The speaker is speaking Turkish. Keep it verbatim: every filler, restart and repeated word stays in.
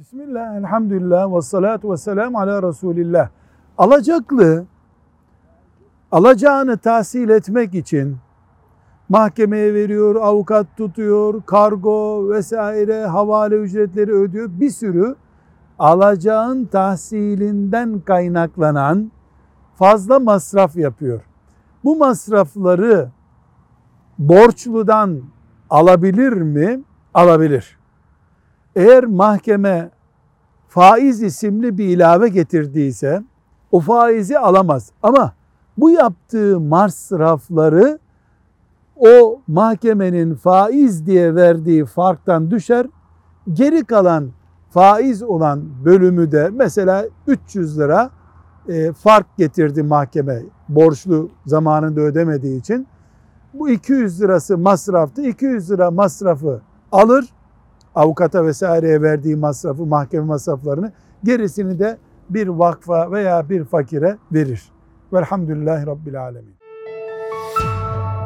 Bismillah, elhamdülillah, ve salatu ve selamu ala Resulillah. Alacaklı, alacağını tahsil etmek için mahkemeye veriyor, avukat tutuyor, kargo vesaire, havale ücretleri ödüyor. Bir sürü alacağın tahsilinden kaynaklanan fazla masraf yapıyor. Bu masrafları borçludan alabilir mi? Alabilir. Eğer mahkeme faiz isimli bir ilave getirdiyse o faizi alamaz. Ama bu yaptığı masrafları o mahkemenin faiz diye verdiği farktan düşer. Geri kalan faiz olan bölümü de mesela üç yüz lira e, fark getirdi mahkeme borçlu zamanında ödemediği için. Bu iki yüz lirası masraftı. iki yüz lira masrafı alır. Avukata vesaireye verdiği masrafı, mahkeme masraflarını, gerisini de bir vakfa veya bir fakire verir. Velhamdülillahi Rabbil Alemin.